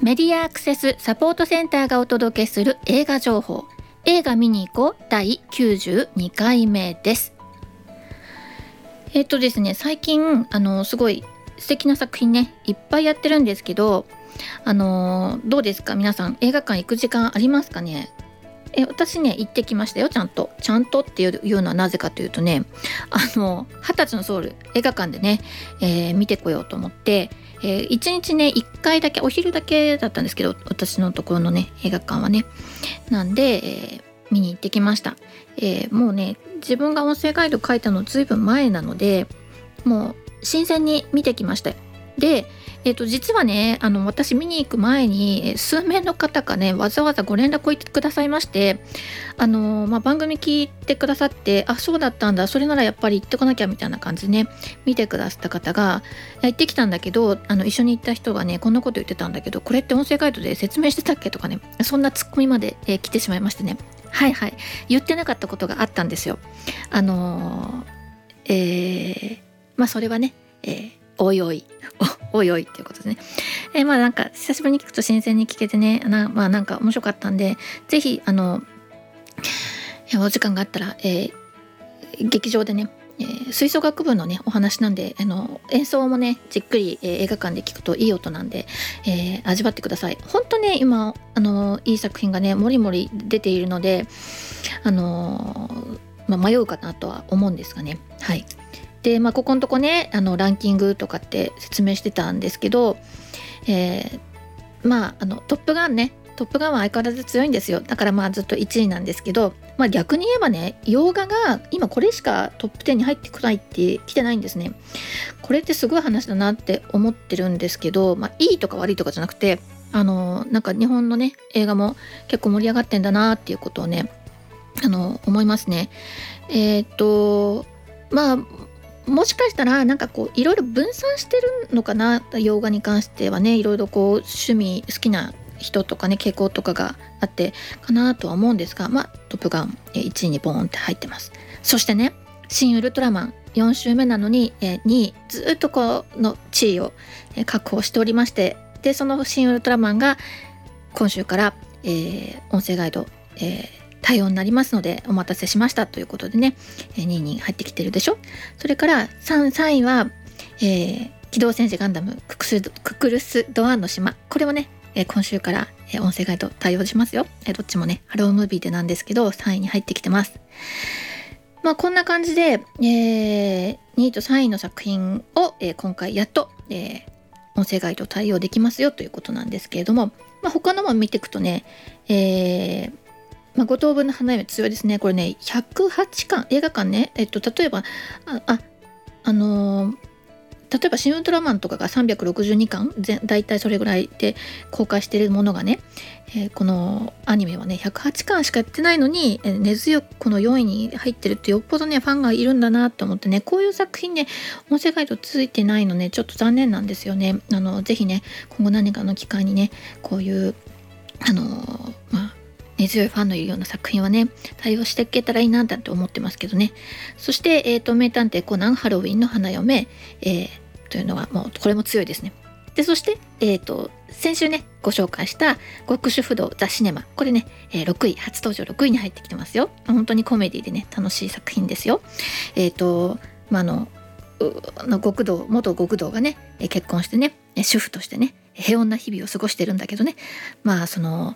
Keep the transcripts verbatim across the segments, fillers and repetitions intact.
メディアアクセスサポートセンターがお届けする映画情報、映画見に行こうだいきゅうじゅうにかいめです。えっとですね最近あのすごい素敵な作品ねいっぱいやってるんですけど、あのどうですか皆さん、映画館行く時間ありますかね。え私ね行ってきましたよ。ちゃんとちゃんとっていうのはなぜかというとね、あの二十歳のソウル映画館でね、えー、見てこようと思って、えー、いちにちねいっかいだけ、お昼だけだったんですけど、私のところのね映画館はね、なんで、えー、見に行ってきました。えー、もうね自分が音声ガイド書いたのずいぶん前なので、もう新鮮に見てきました。でえー、と実はねあの私見に行く前に数名の方がねわざわざご連絡をくださいまして、あのーまあ、番組聞いてくださって、あそうだったんだ、それならやっぱり行ってこなきゃみたいな感じでね見てくださった方が、行ってきたんだけど、あの一緒に行った人がねこんなこと言ってたんだけど、これって音声ガイドで説明してたっけとかね、そんなツッコミまで、えー来てしまいましてね、はいはい言ってなかったことがあったんですよ。あのー、えー、まあそれはね、えーおいおいおいおいっていうことですね。えー、まあなんか久しぶりに聞くと新鮮に聞けてね、なまあなんか面白かったんで、ぜひあのお時間があったら、えー、劇場でね、えー、吹奏楽部のねお話なんで、あの演奏もねじっくり、えー、映画館で聞くといい音なんで、えー、味わってください。本当ね今あのいい作品がねもりもり出ているので、あのーまあ、迷うかなとは思うんですがね。はい。でまあここのとこねあのランキングとかって説明してたんですけど、えー、まああのトップガンねトップガンは相変わらず強いんですよ。だからまあずっといちいなんですけど、まあ逆に言えばね洋画が今これしかトップじゅうに入ってこないって来てないんですね。これってすごい話だなって思ってるんですけど、まあいいとか悪いとかじゃなくて、あのなんか日本のね映画も結構盛り上がってんだなっていうことをねあの思いますね。えっとまあもしかしたらなんかこういろいろ分散してるのかな、洋画に関してはね、いろいろこう趣味好きな人とかね傾向とかがあってかなとは思うんですが、まあトップガンいちいにボーンって入ってます。そしてね新ウルトラマンよん週目なのににいずっとこの地位を確保しておりまして、でその新ウルトラマンが今週から、えー、音声ガイド、えー対応になりますのでお待たせしましたということでね、にいに入ってきてるでしょ。それから 3, さんいは、えー、機動戦士ガンダムククスククルスドアンの島、これもね、えー、今週から、えー、音声ガイド対応しますよ。えー、どっちもねハロームービーでなんですけどさんいに入ってきてます。まあこんな感じで、えー、にいとさんいの作品を、えー、今回やっと、えー、音声ガイド対応できますよということなんですけれども、まあ、他のも見ていくとね、えーまあ、ご等分の花嫁強いですね。これねひゃくはちかん映画館ね、えっと例えばああ、あのー、例えば新ウルトラマンとかがさんびゃくろくじゅうにかんだいたいそれぐらいで公開しているものがね、えー、このアニメはねひゃくはちかんしかやってないのに、えー、根強くこのよんいに入ってるってよっぽどねファンがいるんだなと思ってね、こういう作品ね音声ガイドついてないのねちょっと残念なんですよね。あのぜひね今後何かの機会にねこういうあのー、まあ根強いファンのいるような作品はね対応していけたらいいななんて思ってますけどね。そして、えーと、名探偵コナンハロウィンの花嫁、えー、というのはもうこれも強いですね。でそして、えーと、先週ねご紹介した極主不動ザ・シネマ、これね、えー、ろくい初登場ろくいに入ってきてますよ。本当にコメディでね楽しい作品ですよ。えーとまあのの極道元極道がね結婚してね主婦としてね平穏な日々を過ごしてるんだけどね、まあその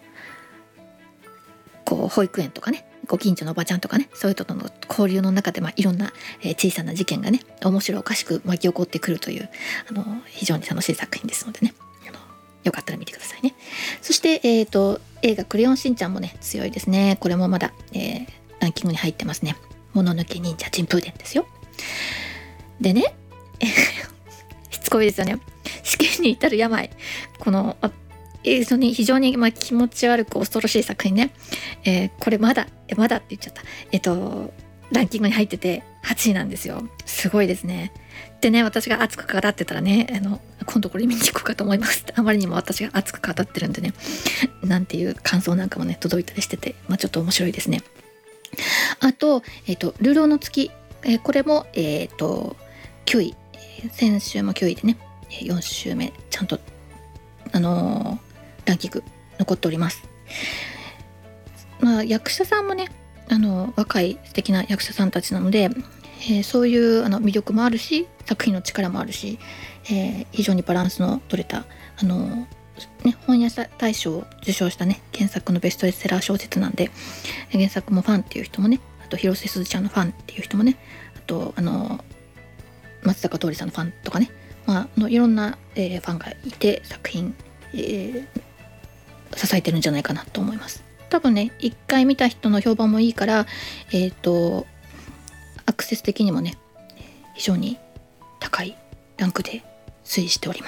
こう保育園とかねご近所のおばちゃんとかねそういう人との交流の中で、まあ、いろんな、えー、小さな事件がね面白おかしく巻き起こってくるというあの非常に楽しい作品ですのでね、あのよかったら見てくださいね。そして、えーと、映画クレヨンしんちゃんもね強いですね。これもまだ、えー、ランキングに入ってますね。もののけ忍者珍風伝ですよ。でねしつこいですよね。試験に至る病、この非常に非常にまあ気持ち悪く恐ろしい作品ね、えー、これまだえまだって言っちゃったえっとランキングに入っててはちいなんですよ。すごいですね。でね私が熱く語ってたらねあの今度これ見に行こうかと思いますあまりにも私が熱く語ってるんでねなんていう感想なんかもね届いたりしてて、まあ、ちょっと面白いですね。あと、えっと流浪の月、えー、これもえっときゅうい、先週もきゅういでねよん週目ちゃんとあのーランキング残っております。まあ、役者さんもねあの若い素敵な役者さんたちなので、えー、そういうあの魅力もあるし作品の力もあるし、えー、非常にバランスの取れたあの、ね、本屋大賞を受賞したね原作のベストセラー小説なんで、原作もファンっていう人もね、あと広瀬すずちゃんのファンっていう人もね、あとあの松坂桃李さんのファンとかね、まあ、のいろんな、えー、ファンがいて作品、えー、支えてるんじゃないかなと思います。多分ね一回見た人の評判もいいから、えーとアクセス的にもね非常に高いランクで推移しております。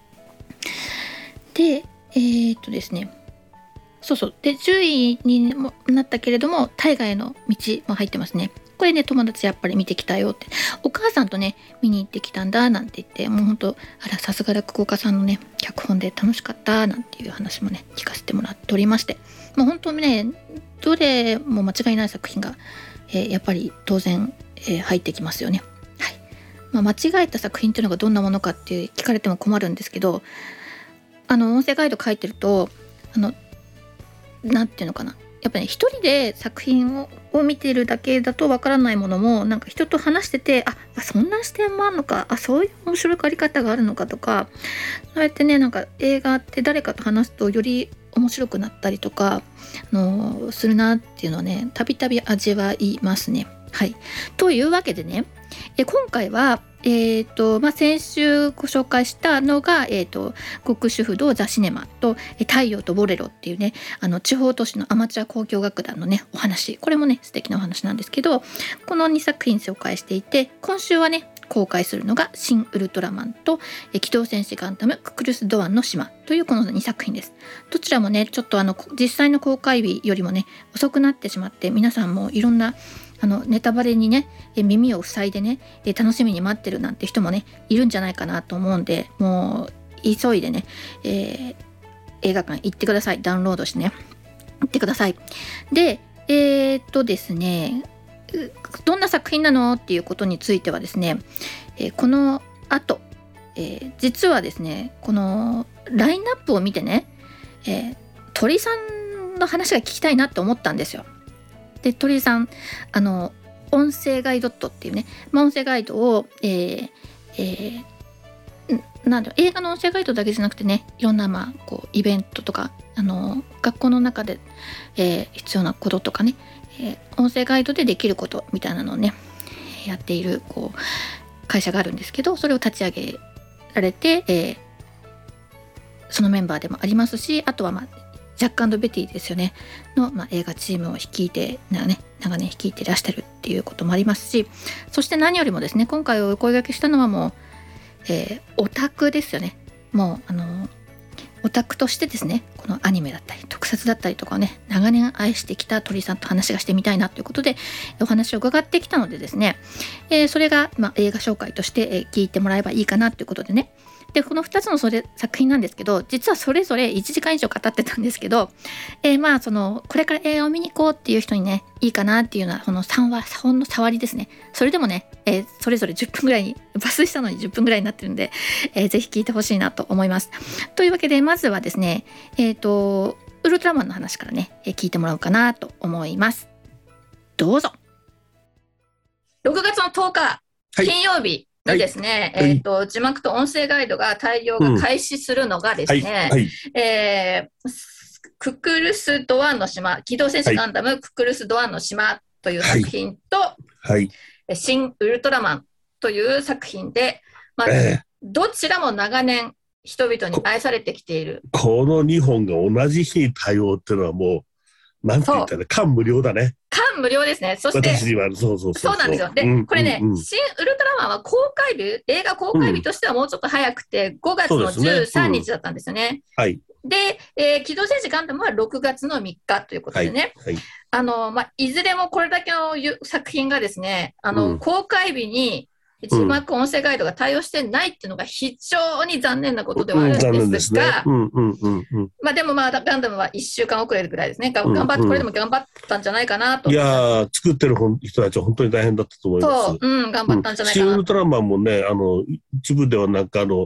でえー、っとですねそうそうでじゅういにもなったけれども大河への道も入ってますね。これね友達やっぱり見てきたよって、お母さんとね見に行ってきたんだなんて言って、もうほんとあらさすが落語家さんのね脚本で楽しかったなんていう話もね聞かせてもらっておりまして、もう本当にねどれも間違いない作品が、えー、やっぱり当然、えー、入ってきますよね。はい。まあ、間違えた作品っていうのがどんなものかって聞かれても困るんですけど、あの音声ガイド書いてるとあのなんていうのかな、やっぱね一人で作品をを見てるだけだとわからないものも、なんか人と話してて、ああそんな視点もあるのか、あそういう面白いあり方があるのかとか、そうやってねなんか映画って誰かと話すとより面白くなったりとか、あのするなっていうのはねたびたび味わいますね。はい。というわけでね、え今回はえーとまあ、先週ご紹介したのが、えーと極主不動ザ・シネマと太陽とボレロっていうね、あの地方都市のアマチュア交響楽団のねお話、これもね素敵なお話なんですけど、このにさく品紹介していて、今週はね公開するのが新ウルトラマンと機動戦士ガンダムククルス・ドアンの島というこのにさく品です。どちらもねちょっとあの実際の公開日よりもね遅くなってしまって、皆さんもいろんなあのネタバレにね耳を塞いでね楽しみに待ってるなんて人もねいるんじゃないかなと思うんで、もう急いでね、えー、映画館行ってください。ダウンロードしてね行ってください。でえー、っとですねどんな作品なのっていうことについてはですね、えー、この後、えー、実はですねこのラインナップを見てね、えー、鳥さんの話が聞きたいなって思ったんですよ。で鳥さんあの音声ガイドットっていうね、まあ、音声ガイドを、えーえー、なんだろう映画の音声ガイドだけじゃなくてね、いろんなまあこうイベントとかあの学校の中で、えー、必要なこととかね、えー、音声ガイドでできることみたいなのをねやっているこう会社があるんですけど、それを立ち上げられて、えー、そのメンバーでもありますし、あとはまあジャック&ベティですよねの、まあ、映画チームを率いて、ね、長年率いていらっしゃるっていうこともありますし、そして何よりもですね今回お声掛けしたのはもう、えー、オタクですよね。もうあのオタクとしてですねこのアニメだったり特撮だったりとかをね長年愛してきた鳥さんと話がしてみたいなということでお話を伺ってきたのでですね、えー、それが、まあ、映画紹介として、えー、聞いてもらえばいいかなということでね。でこのふたつのそれ作品なんですけど、実はそれぞれいちじかん以上語ってたんですけど、えー、まあそのこれから映画を見に行こうっていう人にねいいかなっていうのはこのさんわほんの触りですね。それでもね、えー、それぞれじゅっぷんぐらいに抜粋したのにじゅっぷんぐらいになってるんで、えー、ぜひ聞いてほしいなと思います。というわけでまずはですねえっとウルトラマンの話からね聞いてもらおうかなと思います。どうぞ。ろくがつのとおか、はい、金曜日にですね、はい、えーと、字幕と音声ガイドが大量が開始するのがですね、うんはいはいえー、ククルス・ドアンの島、機動戦士ガンダム、はい、ククルス・ドアンの島という作品と、はい、新ウルトラマンという作品で、まあえー、どちらも長年人々に愛されてきている。 こ、このにほんが同じ日に対応っていうのはもうなんて言ったら感無量だね。 感無量ですね。そして私にはそうそうそうそうなんですよ。で、うん、これね、うんうん、新ウルトラマンは公開日、映画公開日としてはもうちょっと早くて、うん、ごがつのじゅうさんにちだったんですよね。うん、はい。で、えー、機動戦士ガンダムはろくがつのみっかということでね、はいはい、あのまあ、いずれもこれだけの作品がですね、あの、うん、公開日に字幕音声ガイドが対応してないっていうのが非常に残念なことではあるんですが、まあでもまあガンダムはいっしゅうかん遅れるぐらいですね。頑張って、これでも頑張ったんじゃないかなと。 いやー、作ってる人たちは本当に大変だったと思います。 そう、うん、頑張ったんじゃないかな。 新ウルトラマンもね、あの一部ではなんかあの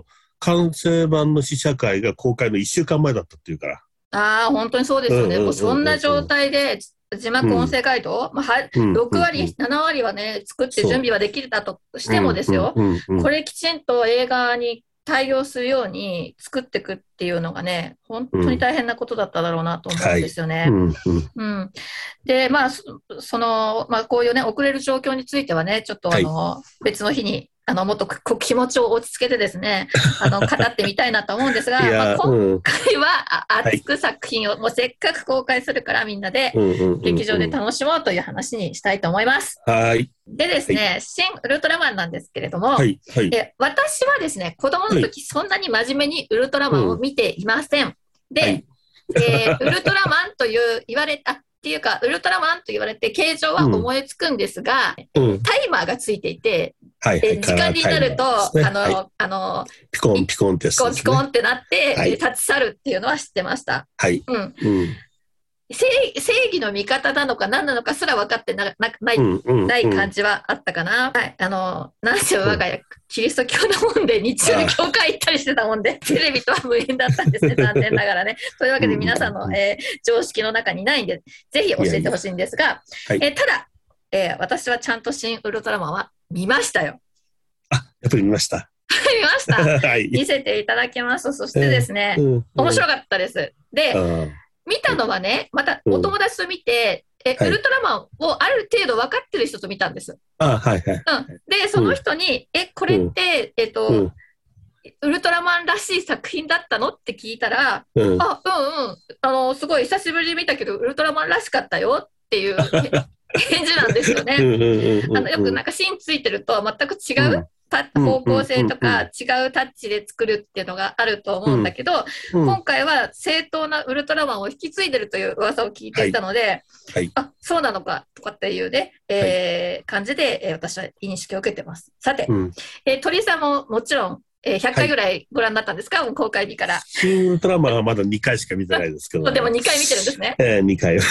完成版の試写会が公開のいっしゅうかんまえだったっていうから。 ああ、本当にそうですよね。もうそんな状態で字幕音声ガイド、まあ、はろくわり、ななわりはね、作って準備はできたとしてもですよ、これきちんと映画に対応するように作っていくっていうのがね、本当に大変なことだっただろうなと思うんですよね。で、まあ、その、まあ、こういうね、遅れる状況についてはね、ちょっとあの、はい、別の日に、あの、もっと気持ちを落ち着けてですね、あの、語ってみたいなと思うんですが、まあ、今回は熱く作品を、はい、もうせっかく公開するからみんなで劇場で楽しもうという話にしたいと思います。 はい。 でですね、はい、新ウルトラマンなんですけれども、 はいはい、 え私はですね、子供の時そんなに真面目にウルトラマンを見ていません。うん、で、はい、えー、ウルトラマンという言われた、っていうか、ウルトラマンと言われて形状は思いつくんですが、うん、タイマーがついていて、はいはい、え時間になると、ね、あの、はい、あの、 ピコンピコンってやつですね。 ピコンピコンってなって、はい、立ち去るっていうのは知ってました。 はい。うん。うん正, 正義の味方なのか何なのかすら分かって な, な, ない,、うんうんうん、ない感じはあったかな。はい、あのなんせ我が家、うん、キリスト教なもんで日中に教会行ったりしてたもんでテレビとは無縁だったんですね、残念ながらね。というわけで皆さんの、えー、常識の中にないんでぜひ教えてほしいんですが、いやいや、はい、えー、ただ、えー、私はちゃんと新ウルトラマンは見ましたよ。 あ、やっぱり見ました。 見ました、はい、見せていただきます。そしてですね、えーうん、面白かったです。で見たのはね、またお友達と見て、うん、え、はい、ウルトラマンをある程度分かってる人と見たんです。 あ、はいはい。 うん。で、その人に、うん、え、これって、えっと、うん、ウルトラマンらしい作品だったのって聞いたら、うん、あ、うんうん、あの、すごい久しぶりに見たけど、ウルトラマンらしかったよっていう返事なんですよね。あの、よくなんか芯ついてると全く違う、うん方向性とか違うタッチで作るっていうのがあると思うんだけど、うんうん、今回は正当なウルトラマンを引き継いでるという噂を聞いていたので、はいはい、あ、そうなのかとかっていうね、えーはい、感じで、えー、私は認識を受けてます。さて、うん、えー、鳥さんももちろん、えー、ひゃっかいぐらいご覧になったんですか、はい、公開日から。 新ウルトラマンはまだにかいしか見てないですけど、ね、 でもにかい見てるんですね。 えー、にかいはい、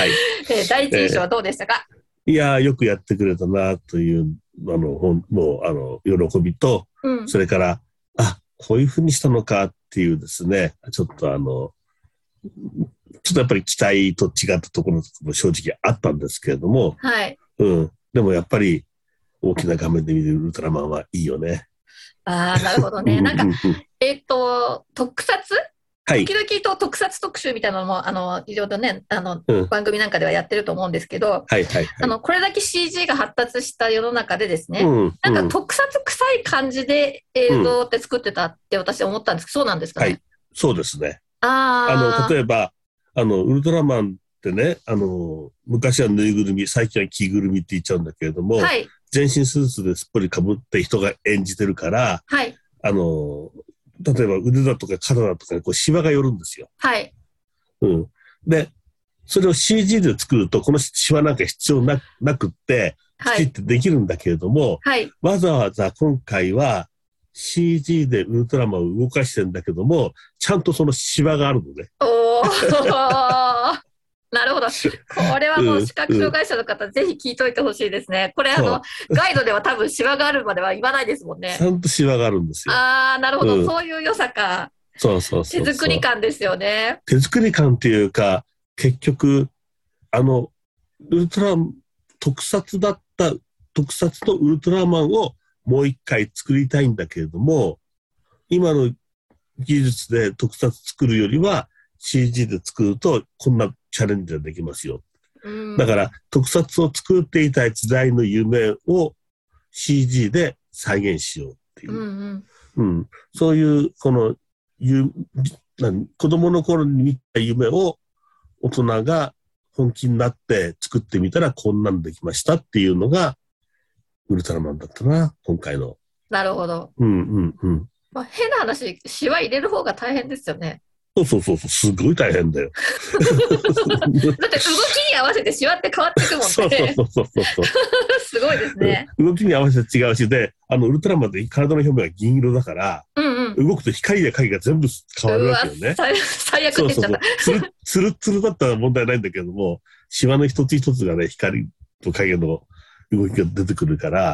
えー、第一印象はどうでしたか？ いやー、よくやってくれたなというあのもうあの喜びと、うん、それからあこういうふうにしたのかっていうですね、ちょっとあのちょっとやっぱり期待と違ったところも正直あったんですけれども、 はいうん、でもやっぱり大きな画面で見るウルトラマンはいいよね。 ああ、なるほどね。なんかえっと特撮時々と特撮特集みたいなのも、あの、いろいろね、あの、うん、番組なんかではやってると思うんですけど、 はいはいはい、 あの、これだけ シージー が発達した世の中でですね、うん、なんか特撮臭い感じで映像って作ってたって私は思ったんですけど、そうなんですかね。はい、 そうですね。 ああの、例えば、あの、ウルトラマンってね、あの、昔はぬいぐるみ、最近は着ぐるみって言っちゃうんだけれども、はい、全身スーツですっぽり被って人が演じてるから、 はい、 あの、例えば腕だとか肩だとかにこうシワが寄るんですよ。 はい。 うん。で、それを シージー で作ると、このシワなんか必要 な, なくって、きちっとできるんだけれども、 はい、 わざわざ今回は シージー でウルトラマンを動かしてるんだけども、ちゃんとそのシワがあるのね。 おー。なるほど。これはもう視覚障害者の方、うん、ぜひ聞いといてほしいですね。これあの、ガイドでは多分シワがあるまでは言わないですもんね。 ちゃんとシワがあるんですよ。 ああ、なるほど、うん。そういう良さか。 そうそうそうそう。 手作り感ですよね。 手作り感っていうか、結局、あの、ウルトラ、特撮だった、特撮とウルトラマンをもう一回作りたいんだけれども、今の技術で特撮作るよりは、シージー で作るとこんなチャレンジができますよ。だから特撮を作っていた時代の夢を シージー で再現しようっていう、うんうんうん、そういうこのゆ子供の頃に見た夢を大人が本気になって作ってみたらこんなんできましたっていうのがウルトラマンだったな今回の。 なるほど。 うんうんうん。 まあ、変な話、シワ入れる方が大変ですよね。 そうそうそうそう、すごい大変だよ。 だって動きに合わせてシワって変わっていくもんね。 そうそうそうそうそう。 すごいですね。 動きに合わせて違うし、で、あのウルトラマンって体の表面が銀色だから、 うんうん、 動くと光や影が全部変わるわけよね。 最悪って言っちゃった。 そうそうそう。つるつるだったら問題ないんだけども、シワの一つ一つがね、光と影の動きが出てくるから、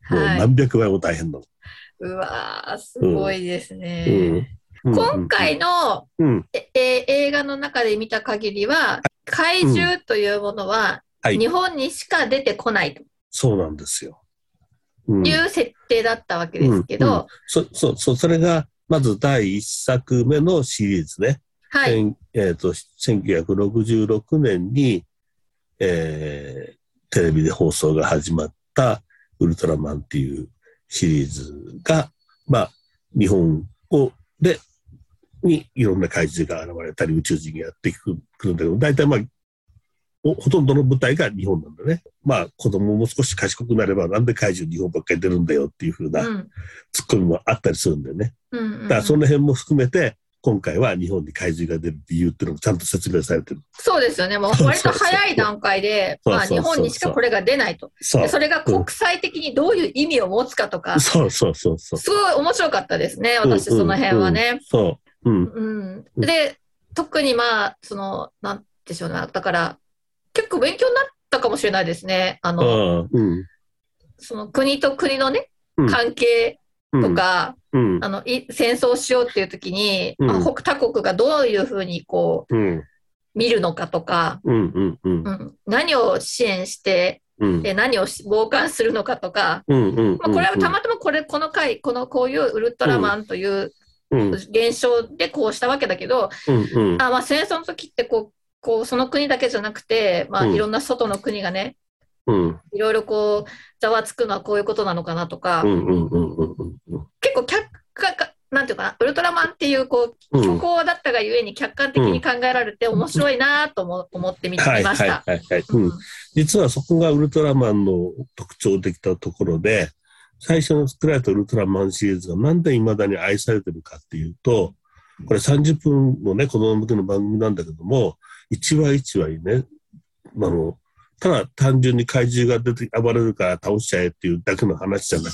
もう何百倍も大変なの。 うわー、すごいですね。 うんうん、 今回の、うんええ映画の中で見た限りは、怪獣というものは日本にしか出てこないと、はい、 そうなんですよ。 うん、いう設定だったわけですけど、うんうん、 そ, そ, そ, それがまずだいいっさくめのシリーズね、はいえー、とせんきゅうひゃくろくじゅうろくねんに、えー、テレビで放送が始まったウルトラマンっていうシリーズが、まあ、日本をでにいろんな怪獣が現れたり宇宙人がやってくるんだけど、大体まあほとんどの舞台が日本なんだね。まあ子供も少し賢くなればなんで怪獣日本ばっかり出るんだよっていう風なツッコミもあったりするんだよね。うんうんうん、だからその辺も含めて今回は日本に怪獣が出る理由っていうのもちゃんと説明されてる。 そうですよね。もう割と早い段階で、まあ日本にしかこれが出ないと。そ, それが国際的にどういう意味を持つかとか。 そうそうそうそう。 すごい面白かったですね。私その辺はね。うんうんうん、 そう。うんうん。で、特にまあ、その、なんでしょうね。だから、結構勉強になったかもしれないですね。あの、あうん、その国と国のね、関係とか、うん、あのい戦争しようっていう時に、うん、他国がどういうふうにこう、うん、見るのかとか、うんうんうんうん、何を支援して、うん、で何を傍観するのかとか、うんうんうん、まあ、これはたまたまこれこの回このこういうウルトラマンという現象でこうしたわけだけど、うんうん、あまあ戦争の時ってこうこうその国だけじゃなくて、まあ、いろんな外の国がね、うん、いろいろこうざわつくのはこういうことなのかなとか、うんうんうんうんうん、結構客観なんていうかな、ウルトラマンっていうこう虚構だったがゆえに客観的に考えられて面白いなとも思ってみました。 実はそこがウルトラマンの特徴的なところで、最初の作られたウルトラマンシリーズがなんで未だに愛されてるかっていうと、これさんじゅっぷんのね子供向けの番組なんだけども、一話一話にね、あのただ単純に怪獣が出て暴れるから倒しちゃえっていうだけの話じゃなくって、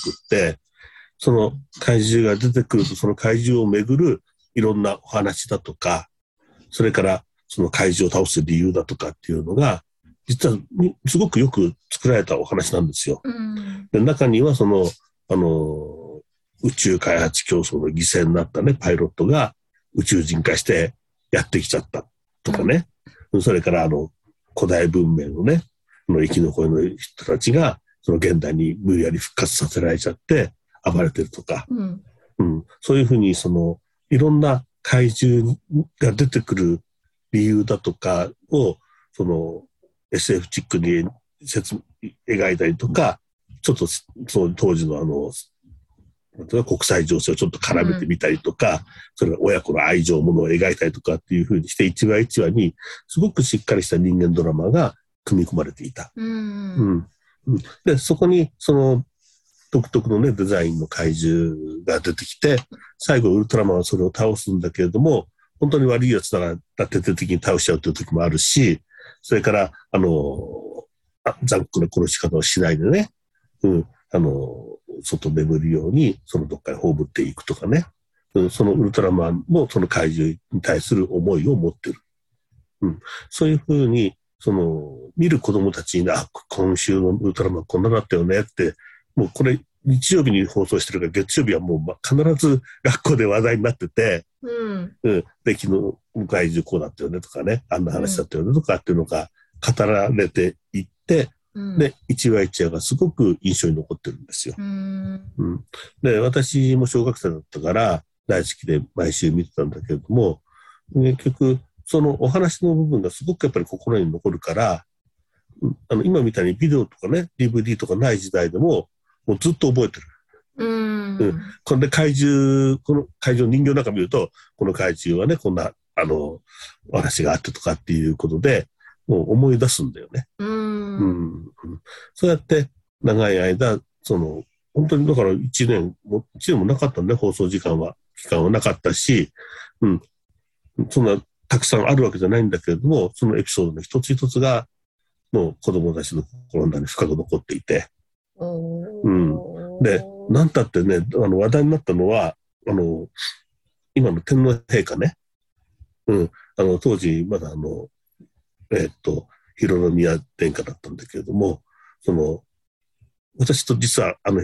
その怪獣が出てくるとその怪獣をめぐるいろんなお話だとか、それからその怪獣を倒す理由だとかっていうのが実はすごくよく作られたお話なんですよ。うん、で中にはそのあの宇宙開発競争の犠牲になったねパイロットが宇宙人化してやってきちゃったとかね、うん、それからあの古代文明のねの生き残りの人たちがその現代に無理やり復活させられちゃって暴れてるとか、うんうん、そういうふうにそのいろんな怪獣が出てくる理由だとかをその エスエフ チックに説描いたりとか、ちょっとその当時のあの国際情勢をちょっと絡めてみたりとか、うん、それから親子の愛情ものを描いたりとかっていうふうにして一話一話にすごくしっかりした人間ドラマが組み込まれていた。うんうん、でそこにその独特の、ね、デザインの怪獣が出てきて、最後ウルトラマンはそれを倒すんだけれども、本当に悪いやつなら徹底的に倒しちゃうという時もあるし、それからあのあ残酷な殺し方をしないでね、うん、あの外眠るようにそのどっかに葬っていくとかね、うん、そのウルトラマンもその怪獣に対する思いを持ってる、うん、そういうふうにその見る子供たちに、あ、今週のウルトラマンこんなだったよねって、もうこれ日曜日に放送してるから月曜日はもう必ず学校で話題になってて、うんうん、で昨日怪獣こうだったよねとかね、あんな話だったよねとかっていうのが語られていって、うん、で一話一話がすごく印象に残ってるんですよ。うんうん、で私も小学生だったから大好きで毎週見てたんだけれども、結局そのお話の部分がすごくやっぱり心に残るから、あの今みたいにビデオとかね ディーブイディー とかない時代でももうずっと覚えてる。うんうん、これで怪獣、この怪獣の人形なんか見ると、この怪獣はね、こんな、あの、お話があってとかっていうことで、もう思い出すんだよね。うんうん、そうやって長い間、その、本当にだからいちねんも、いちねんもなかったんで、放送時間は、期間はなかったし、うん、そんなたくさんあるわけじゃないんだけれども、そのエピソードの一つ一つが、もう子供たちの心の中に深く残っていて、うん、で何たってね、あの話題になったのはあの今の天皇陛下ね、うん、あの当時まだあのえー、っと広宮殿下だったんだけれども、その私と実はあの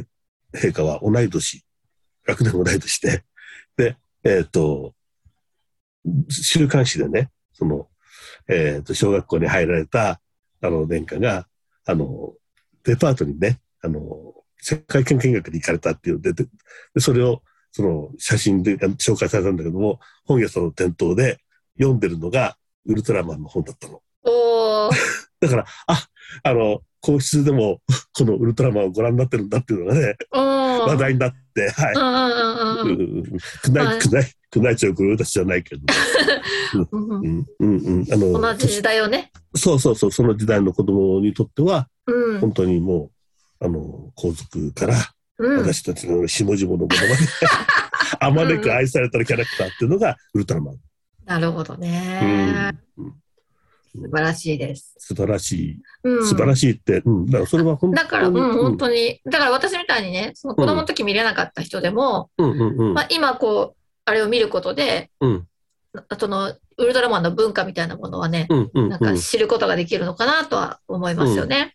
陛下は同い年、学年同い年で、で、えっと、週刊誌でね、その、えっと、小学校に入られた、あの、殿下が、あの、デパートにね、あの、世界見学に行かれたっていうで、で、それを、その、写真で紹介されたんだけども、本屋さんの店頭で読んでるのが、ウルトラマンの本だったの。 おー。 だから、あ、あの、皇室でも、このウルトラマンをご覧になってるんだっていうのがね、話題になって、はい。 うんうんうんうん。 宮内、宮内、宮内庁御用達じゃないけど。うんうんうん。あの、 同じ時代をね。 そうそうそう、その時代の子供にとっては、 うん、 本当にもう、あの、皇族から、私たちの下々のものまで、あまねく愛されたキャラクターっていうのがウルトラマン。 なるほどね。うん、素晴らしいです。 素晴らしい。うん、素晴らしいって、うん、だからそれは本当に。 だから、うん、本当に。だから私みたいにね、その子供の時見れなかった人でも、まあ、今こう、あれを見ることで、うん、そのウルトラマンの文化みたいなものはね、うんうんうん、なんか知ることができるのかなとは思いますよね。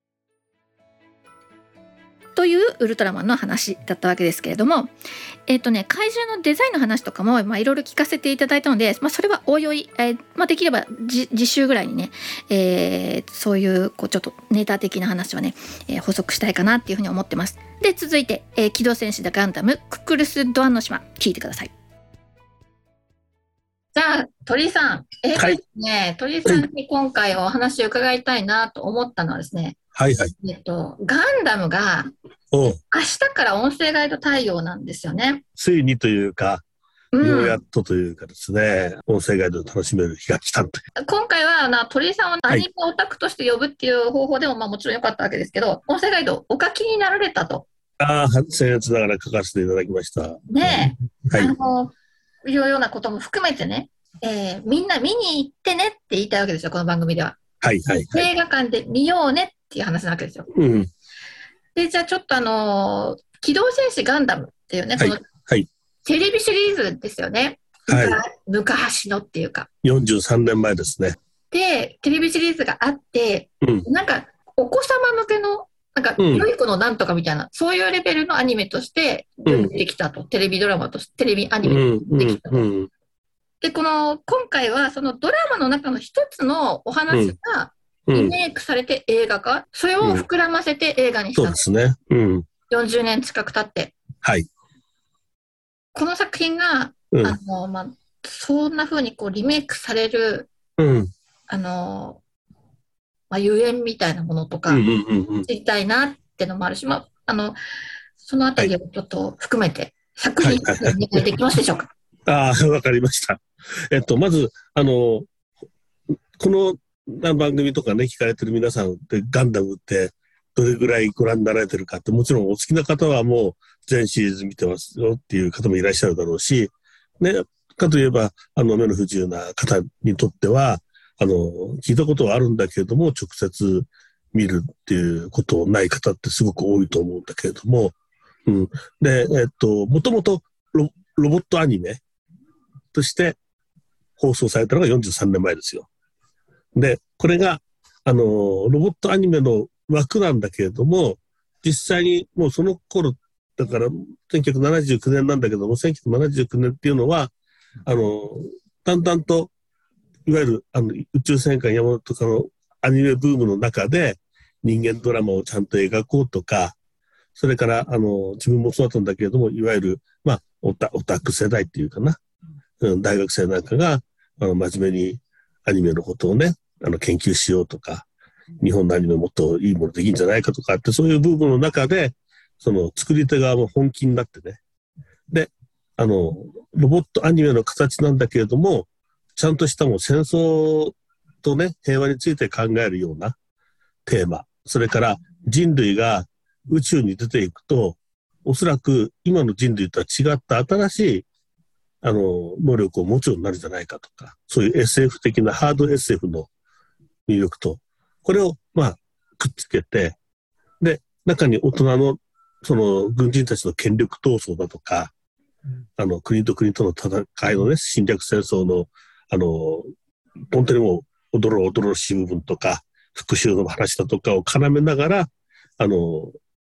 うん、というウルトラマンの話だったわけですけれども、えーとね、怪獣のデザインの話とかもいろいろ聞かせていただいたので、まあ、それはおいおい、えーまあ、できれば次週ぐらいにね、えー、そういう、こうちょっとネタ的な話はね、えー、補足したいかなっていうふうに思ってます。で、続いて、えー、機動戦士ダガンダムククルス・ドアンの島、聞いてください。じゃあ鳥居さん、えーはいね、鳥居さんに今回お話を伺いたいなと思ったのはですね、 はいはい、 えっと、ガンダムが明日から音声ガイド対応なんですよね。 ついにというか、うん、ようやっとというかですね、音声ガイドを楽しめる日が来たという。 今回はな鳥居さんをアニメオタクとして呼ぶっていう方法でも、まあ、もちろん良かったわけですけど、音声ガイドお書きになられたと。 ああ、僭越ながら書かせていただきました。 ねえ、はい、あのいうようなことも含めてね、えー、みんな見に行ってねって言いたいわけですよ、この番組では。 はいはいはい、 映画館で見ようねっていう話なわけですよ。 うん、 で、じゃあちょっとあのー、機動戦士ガンダムっていうね、 はいこのはい、 テレビシリーズですよね。 はい、 昔のっていうか。 よんじゅうさんねんまえですね。 で、テレビシリーズがあって、うん、なんかお子様向けのなんか、良い子のなんとかみたいな、うん、そういうレベルのアニメとして出てきたと、うん、テレビドラマとして、テレビアニメとして出てきたと。うんうんうん、で、この、今回はそのドラマの中の一つのお話がリメイクされて映画化、うん、それを膨らませて映画にした、 うん、そうですね。うん、 よんじゅうねん近く経って。 はい。 この作品が、うん、あの、まあ、そんな風にこうリメイクされる、 うん、 あの、まあ、ゆえんみたいなものとか知りたいなってのもあるし、まあ、あのそのあたりをちょっと含めて作品お願いできますでしょうか。 ああ、わかりました。えっと、まず、あの、この番組とかね、聞かれてる皆さんってガンダムってどれぐらいご覧になられてるかって、もちろんお好きな方はもう全シリーズ見てますよっていう方もいらっしゃるだろうし、ね、かといえば、あの、目の不自由な方にとっては、あの、聞いたことはあるんだけれども、直接見るっていうことない方ってすごく多いと思うんだけれども、うん。で、えっと、もともとロ、ロボットアニメとして放送されたのがよんじゅうさんねんまえですよ。で、これが、あの、ロボットアニメの枠なんだけれども、実際にもうその頃、だからせんきゅうひゃくななじゅうきゅうねんなんだけども、せんきゅうひゃくななじゅうきゅうねんっていうのは、あの、だんだんと、いわゆるあの宇宙戦艦ヤマトとかのアニメブームの中で人間ドラマをちゃんと描こうとか、それからあの自分もそうだったんだけれども、いわゆる、まあ、オタ、オタク世代っていうかな、うん、大学生なんかがあの真面目にアニメのことをね、あの研究しようとか、日本のアニメもっといいものできるんじゃないかとかって、そういうブームの中で、その作り手側も本気になってね。で、あの、ロボットアニメの形なんだけれども、ちゃんとしたもう戦争とね、平和について考えるようなテーマ。それから人類が宇宙に出ていくと、おそらく今の人類とは違った新しい、あの、能力を持つようになるんじゃないかとか、そういう エスエフ 的なハード エスエフ の魅力と、これを、まあ、くっつけて、で、中に大人の、その、軍人たちの権力闘争だとか、うん、あの、国と国との戦いのね、侵略戦争のあの、本当にもう、おどろおどろしい部分とか、復讐の話だとかを絡めながら、あの、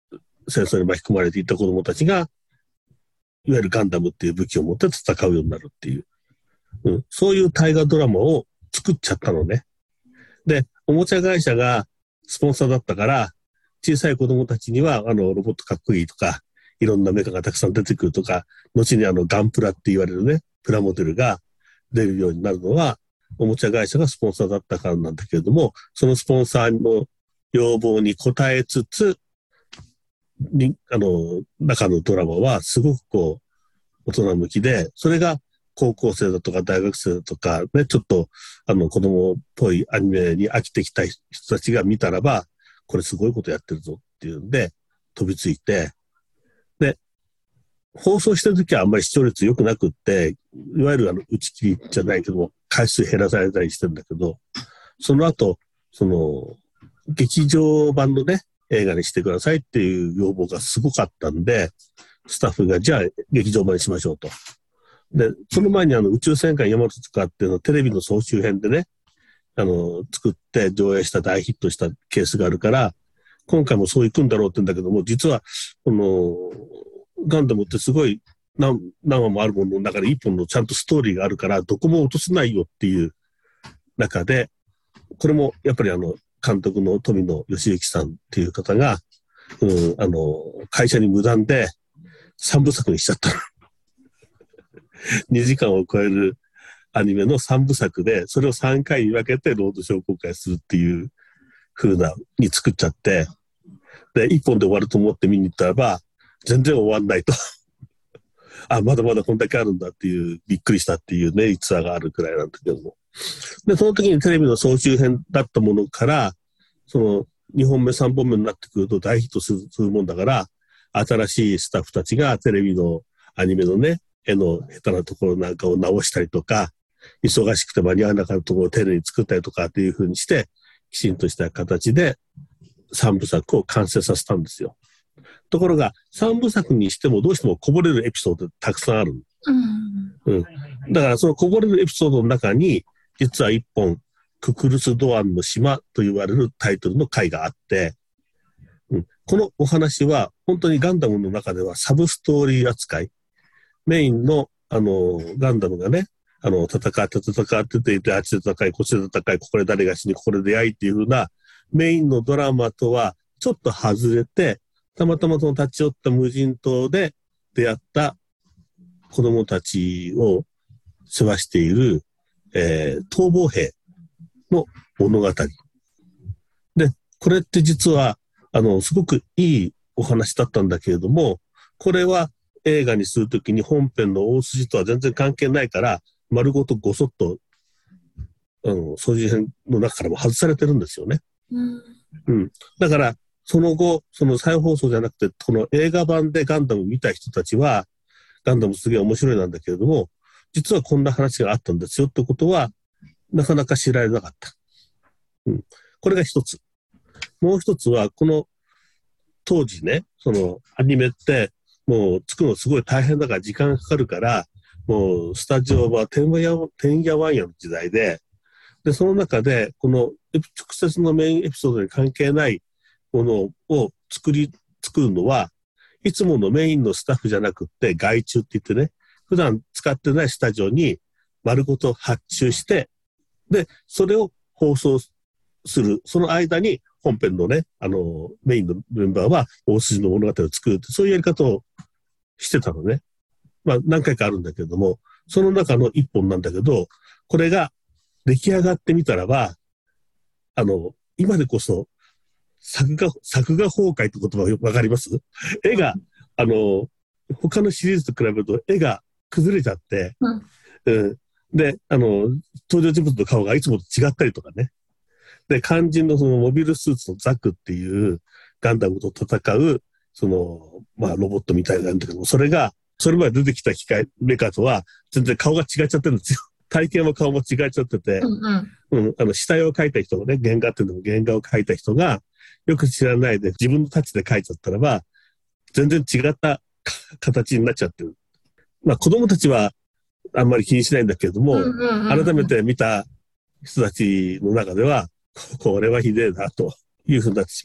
戦争に巻き込まれていった子供たちが、いわゆるガンダムっていう武器を持って戦うようになるっていう、うん、そういう大河ドラマを作っちゃったのね。で、おもちゃ会社がスポンサーだったから、小さい子供たちには、あの、ロボットかっこいいとか、いろんなメカがたくさん出てくるとか、後にあの、ガンプラって言われるね、プラモデルが出るようになるのは、おもちゃ会社がスポンサーだったからなんだけれども、そのスポンサーの要望に応えつつ、に、あの、中のドラマはすごくこう、大人向きで、それが高校生だとか大学生だとか、ね、ちょっと、あの、子供っぽいアニメに飽きてきた人たちが見たらば、これすごいことやってるぞっていうんで、飛びついて、で、放送してるときはあんまり視聴率良くなくって、いわゆるあの、打ち切りじゃないけども、回数減らされたりしてるんだけど、その後、その、劇場版のね、映画にしてくださいっていう要望がすごかったんで、スタッフがじゃあ劇場版にしましょうと。で、その前にあの宇宙戦艦ヤマトとかっていうのをテレビの総集編でね、あの、作って上映した大ヒットしたケースがあるから、今回もそういくんだろうって言うんだけども、実は、この、ガンダムってすごい何、何話もあるものの中で一本のちゃんとストーリーがあるから、どこも落とせないよっていう中で、これもやっぱりあの、監督の富野義行さんっていう方が、うん、あの、会社に無断で三部作にしちゃった。にじかんを超えるアニメの三部作で、それをさんかいに分けてロードショー公開するっていう風な、に作っちゃって、で、一本で終わると思って見に行ったらば、全然終わんないと。あ、まだまだこんだけあるんだっていう、びっくりしたっていうね、逸話があるくらいなんだけども。で、その時にテレビの総集編だったものから、そのにほんめさんぼんめになってくると大ヒットする、するもんだから、新しいスタッフたちがテレビのアニメのね、絵の下手なところなんかを直したりとか、忙しくて間に合わなかったところを丁寧に作ったりとかっていう風にして、きちんとした形でさんぶさくを完成させたんですよ。ところがさんぶさくにしてもどうしてもこぼれるエピソードってたくさんある。うんうん、だからそのこぼれるエピソードの中に、実はいっぽん、ククルス・ドアンの島と言われるタイトルの回があって、うん、このお話は本当にガンダムの中ではサブストーリー扱い。メインの、あの、ガンダムがね、あの、戦って戦ってていて、あっちで戦い、こっちで戦い、ここで誰が死に、ここで出会いっていう風なメインのドラマとはちょっと外れて、たまたまその立ち寄った無人島で出会った子供たちを世話している、えー、逃亡兵の物語。で、これって実は、あの、すごくいいお話だったんだけれども、これは映画にするときに本編の大筋とは全然関係ないから、丸ごとごそっと、あの、操縦編の中からも外されてるんですよね。うん。うん。だから、その後、その再放送じゃなくて、この映画版でガンダム見た人たちは、ガンダムすげえ面白いなんだけれども、実はこんな話があったんですよってことは、なかなか知られなかった。うん。これが一つ。もう一つは、この当時ね、そのアニメって、もう作るのすごい大変だから時間がかかるから、もうスタジオはてんやてんやわんやの時代で、で、その中で、この直接のメインエピソードに関係ないものを作り、作るのは、いつものメインのスタッフじゃなくって、外注って言ってね、普段使ってないスタジオに丸ごと発注して、で、それを放送する。その間に本編のね、あの、メインのメンバーは大筋の物語を作るって、そういうやり方をしてたのね。まあ何回かあるんだけれども、その中の一本なんだけど、これが出来上がってみたらば、あの、今でこそ、作画、作画崩壊って言葉わかります？絵が、あの、他のシリーズと比べると絵が崩れちゃって、うんうん、で、あの、登場人物の顔がいつもと違ったりとかね。で、肝心のそのモビルスーツのザクっていうガンダムと戦う、その、まあロボットみたいなんだけども、それが、それまで出てきた機械、メカとは全然顔が違っちゃってるんですよ。体型も顔も違っちゃってて、うんうんうん、あの、死体を描いた人がね、原画っていうのも原画を描いた人が、よく知らないで自分のタッチで描いちゃったらば、全然違った形になっちゃってる。まあ子供たちはあんまり気にしないんだけれども、うんうんうんうん、改めて見た人たちの中では、これはひでえなというふうになってしまった。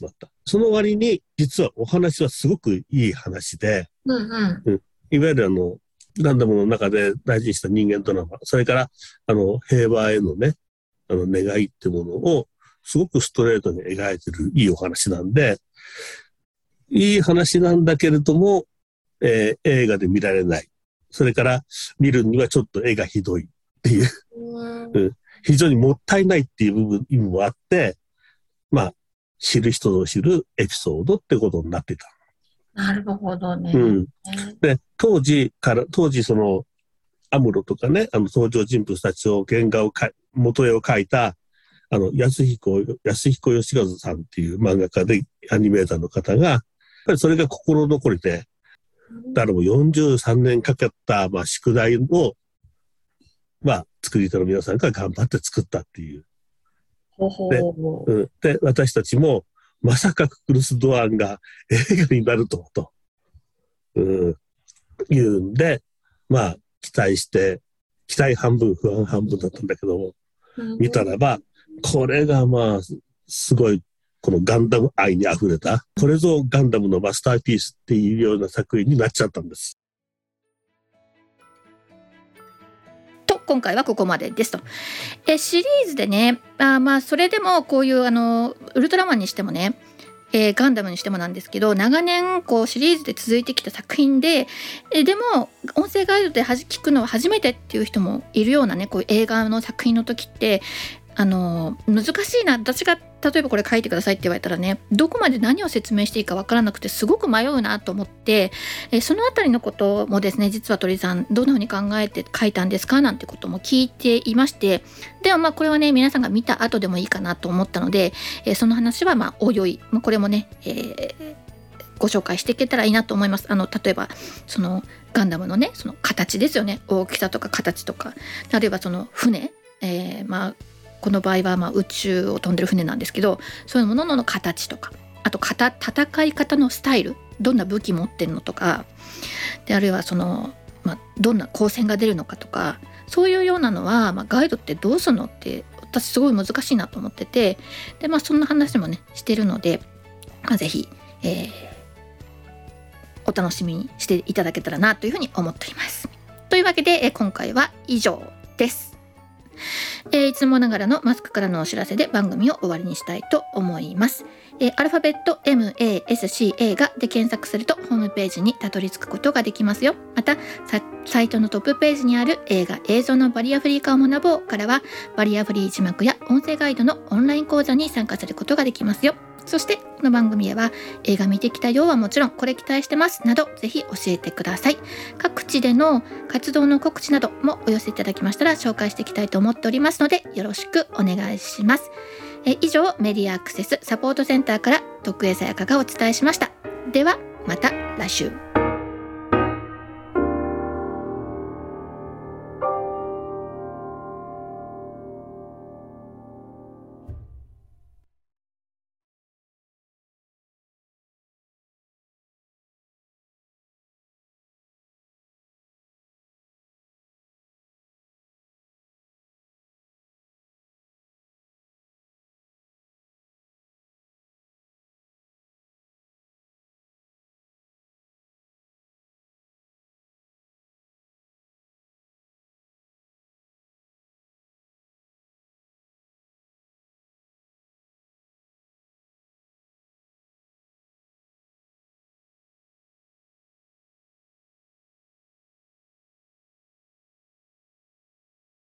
その割に実はお話はすごくいい話で、 うんうんうん、いわゆるあのガンダムの中で大事にした人間ドラマ、それからあの平和へのね、あの願いってものをすごくストレートに描いてるいいお話なんで、いい話なんだけれども、えー、映画で見られない。それから見るにはちょっと絵がひどいっていう、うん、非常にもったいないっていう部分意味もあって、まあ知る人ぞ知るエピソードってことになってた。 なるほどね。 うん、で当時から当時そのアムロとかね、あの登場人物たちを原画をか元絵を描いたあの安彦安彦義和さんっていう漫画家でアニメーターの方がやっぱりそれが心残りで、だからもうよんじゅうさんねんかかった、まあ、宿題を、まあ、作り手の皆さんが頑張って作ったっていう。 ほほで、うん、で私たちもまさかククルス・ドアンが映画になるとと、うん、いうんで、まあ期待して期待半分不安半分だったんだけども、見たらばこれがまあすごいこのガンダム愛にあふれた、これぞガンダムのマスターピースっていうような作品になっちゃったんです。 と今回はここまでですと。えシリーズでね、あまあそれでもこういうあのウルトラマンにしてもね、えー、ガンダムにしてもなんですけど、長年こうシリーズで続いてきた作品で、えでも音声ガイドではじ聞くのは初めてっていう人もいるようなね、こういう映画の作品の時ってあの難しいな。私が例えばこれ書いてくださいって言われたらね、どこまで何を説明していいかわからなくてすごく迷うなと思って、えそのあたりのこともですね、実は鳥さんどんなふうに考えて書いたんですかなんてことも聞いていまして、ではまあこれはね皆さんが見た後でもいいかなと思ったので、えその話はまあおいおい、まあ、これもね、えー、ご紹介していけたらいいなと思います。あの例えばそのガンダムのねその形ですよね、大きさとか形とか、例えばその船、えー、まあこの場合はまあ宇宙を飛んでる船なんですけど、そういうものの形とか、あと戦い方のスタイル、どんな武器持ってるのとかで、あるいはその、まあ、どんな光線が出るのかとか、そういうようなのは、まあ、ガイドってどうするのって私すごい難しいなと思ってて、で、まあ、そんな話もねしてるので、まあ、ぜひ、えー、お楽しみにしていただけたらなというふうに思っております。というわけで、えー、今回は以上です。えー、いつもながらのマスクからのお知らせで番組を終わりにしたいと思います。えー、アルファベット エムエーエスシーエー がで検索するとホームページにたどり着くことができますよ。またサイトのトップページにある映画映像のバリアフリー化を学ぼうからは、バリアフリー字幕や音声ガイドのオンライン講座に参加することができますよ。そしてこの番組では映画見てきたよはもちろん、これ期待してますなどぜひ教えてください。各地での活動の告知などもお寄せいただきましたら紹介していきたいと思っておりますので、よろしくお願いします。え以上、メディアアクセスサポートセンターから徳江さやかがお伝えしました。ではまた来週。